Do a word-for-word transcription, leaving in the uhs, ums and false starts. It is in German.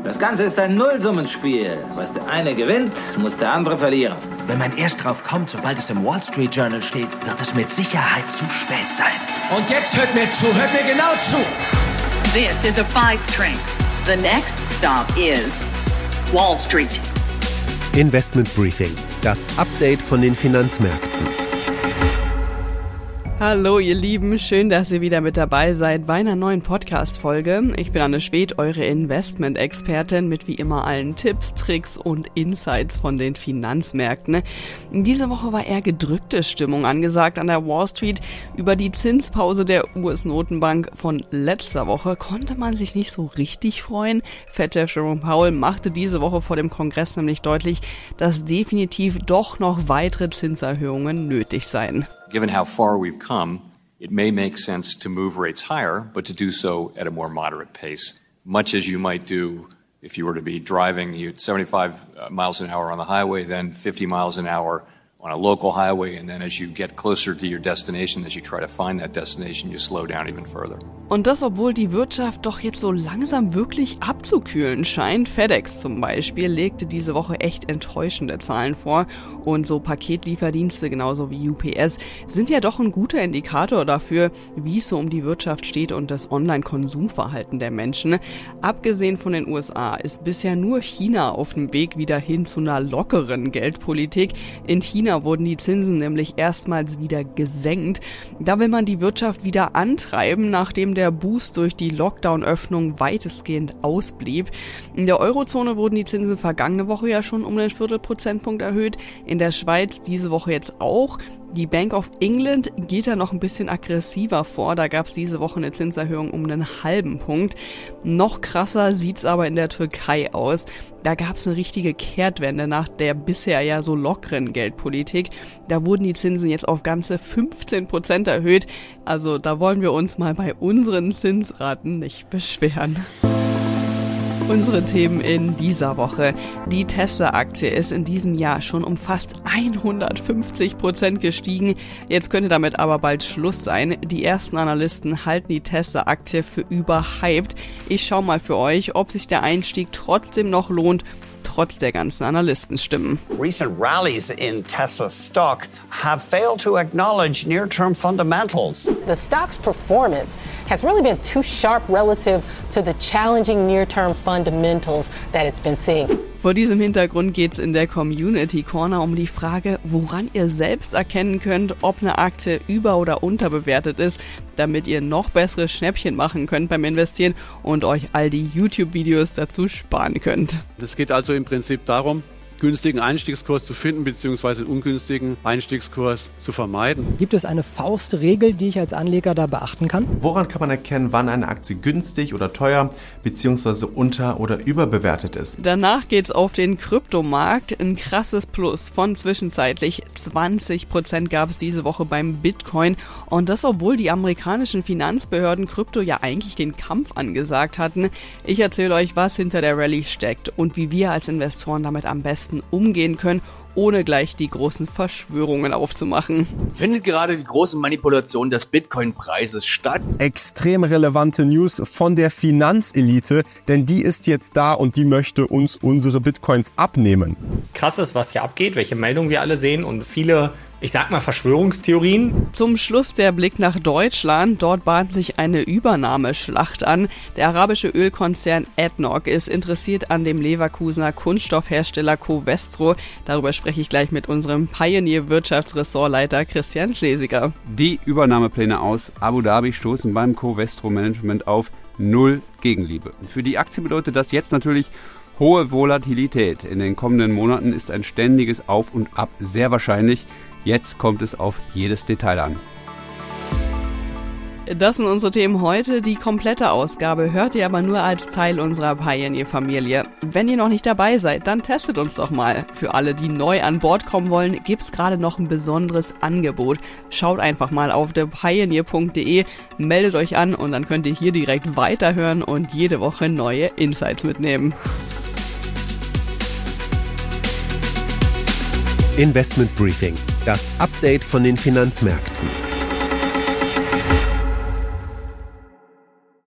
Das Ganze ist ein Nullsummenspiel. Was der eine gewinnt, muss der andere verlieren. Wenn man erst drauf kommt, sobald es im Wall Street Journal steht, wird es mit Sicherheit zu spät sein. Und jetzt hört mir zu, hört mir genau zu. This is a five train. The next stop is Wall Street. Investment Briefing, das Update von den Finanzmärkten. Hallo ihr Lieben, schön, dass ihr wieder mit dabei seid bei einer neuen Podcast-Folge. Ich bin Anne Schwedt, eure Investment-Expertin mit wie immer allen Tipps, Tricks und Insights von den Finanzmärkten. Diese Woche war eher gedrückte Stimmung angesagt an der Wall Street. Über die Zinspause der U S-Notenbank von letzter Woche konnte man sich nicht so richtig freuen. Fed-Chef Jerome Powell machte diese Woche vor dem Kongress nämlich deutlich, dass definitiv doch noch weitere Zinserhöhungen nötig seien. Given how far we've come, it may make sense to move rates higher, but to do so at a more moderate pace, much as you might do if you were to be driving you seventy-five miles an hour on the highway, then fifty miles an hour on a local highway, and then as you get closer to your destination, as you try to find that destination, you slow down even further. Und das, obwohl die Wirtschaft doch jetzt so langsam wirklich abzukühlen scheint. FedEx zum Beispiel legte diese Woche echt enttäuschende Zahlen vor. Und so Paketlieferdienste, genauso wie U P S, sind ja doch ein guter Indikator dafür, wie es so um die Wirtschaft steht und das Online-Konsumverhalten der Menschen. Abgesehen von den U S A ist bisher nur China auf dem Weg wieder hin zu einer lockeren Geldpolitik. In China wurden die Zinsen nämlich erstmals wieder gesenkt. Da will man die Wirtschaft wieder antreiben, nachdem der Der Boost durch die Lockdown-Öffnung weitestgehend ausblieb. In der Eurozone wurden die Zinsen vergangene Woche ja schon um einen Viertelprozentpunkt erhöht. In der Schweiz diese Woche jetzt auch. Die Bank of England geht da noch ein bisschen aggressiver vor. Da gab es diese Woche eine Zinserhöhung um einen halben Punkt. Noch krasser sieht's aber in der Türkei aus. Da gab es eine richtige Kehrtwende nach der bisher ja so lockeren Geldpolitik. Da wurden die Zinsen jetzt auf ganze fünfzehn Prozent erhöht. Also da wollen wir uns mal bei unseren Zinsraten nicht beschweren. Unsere Themen in dieser Woche. Die Tesla-Aktie ist in diesem Jahr schon um fast hundertfünfzig Prozent gestiegen. Jetzt könnte damit aber bald Schluss sein. Die ersten Analysten halten die Tesla-Aktie für überhyped. Ich schaue mal für euch, ob sich der Einstieg trotzdem noch lohnt, trotz der ganzen Analystenstimmen. Recent rallies in Tesla stock have failed to acknowledge near-term fundamentals. The stock's performance has really been too sharp relative to the challenging near-term fundamentals that it's been seeing. Vor diesem Hintergrund geht es in der Community Corner um die Frage, woran ihr selbst erkennen könnt, ob eine Aktie über- oder unterbewertet ist, damit ihr noch bessere Schnäppchen machen könnt beim Investieren und euch all die YouTube-Videos dazu sparen könnt. Es geht also im Prinzip darum, günstigen Einstiegskurs zu finden bzw. einen ungünstigen Einstiegskurs zu vermeiden. Gibt es eine Faustregel, die ich als Anleger da beachten kann? Woran kann man erkennen, wann eine Aktie günstig oder teuer bzw. unter- oder überbewertet ist? Danach geht's auf den Kryptomarkt. Ein krasses Plus von zwischenzeitlich zwanzig Prozent gab es diese Woche beim Bitcoin. Und das, obwohl die amerikanischen Finanzbehörden Krypto ja eigentlich den Kampf angesagt hatten. Ich erzähle euch, was hinter der Rallye steckt und wie wir als Investoren damit am besten umgehen können, ohne gleich die großen Verschwörungen aufzumachen. Findet gerade die große Manipulation des Bitcoin-Preises statt? Extrem relevante News von der Finanzelite, denn die ist jetzt da und die möchte uns unsere Bitcoins abnehmen. Krass ist, was hier abgeht, welche Meldungen wir alle sehen und viele, ich sag mal, Verschwörungstheorien. Zum Schluss der Blick nach Deutschland. Dort bahnt sich eine Übernahmeschlacht an. Der arabische Ölkonzern ADNOC ist interessiert an dem Leverkusener Kunststoffhersteller Covestro. Darüber spreche ich gleich mit unserem Pioneer-Wirtschaftsressortleiter Christian Schlesiger. Die Übernahmepläne aus Abu Dhabi stoßen beim Covestro-Management auf null Gegenliebe. Für die Aktie bedeutet das jetzt natürlich hohe Volatilität. In den kommenden Monaten ist ein ständiges Auf und Ab sehr wahrscheinlich. Jetzt kommt es auf jedes Detail an. Das sind unsere Themen heute. Die komplette Ausgabe hört ihr aber nur als Teil unserer Pioneer-Familie. Wenn ihr noch nicht dabei seid, dann testet uns doch mal. Für alle, die neu an Bord kommen wollen, gibt's gerade noch ein besonderes Angebot. Schaut einfach mal auf der pioneer punkt de, meldet euch an und dann könnt ihr hier direkt weiterhören und jede Woche neue Insights mitnehmen. Investment Briefing, das Update von den Finanzmärkten.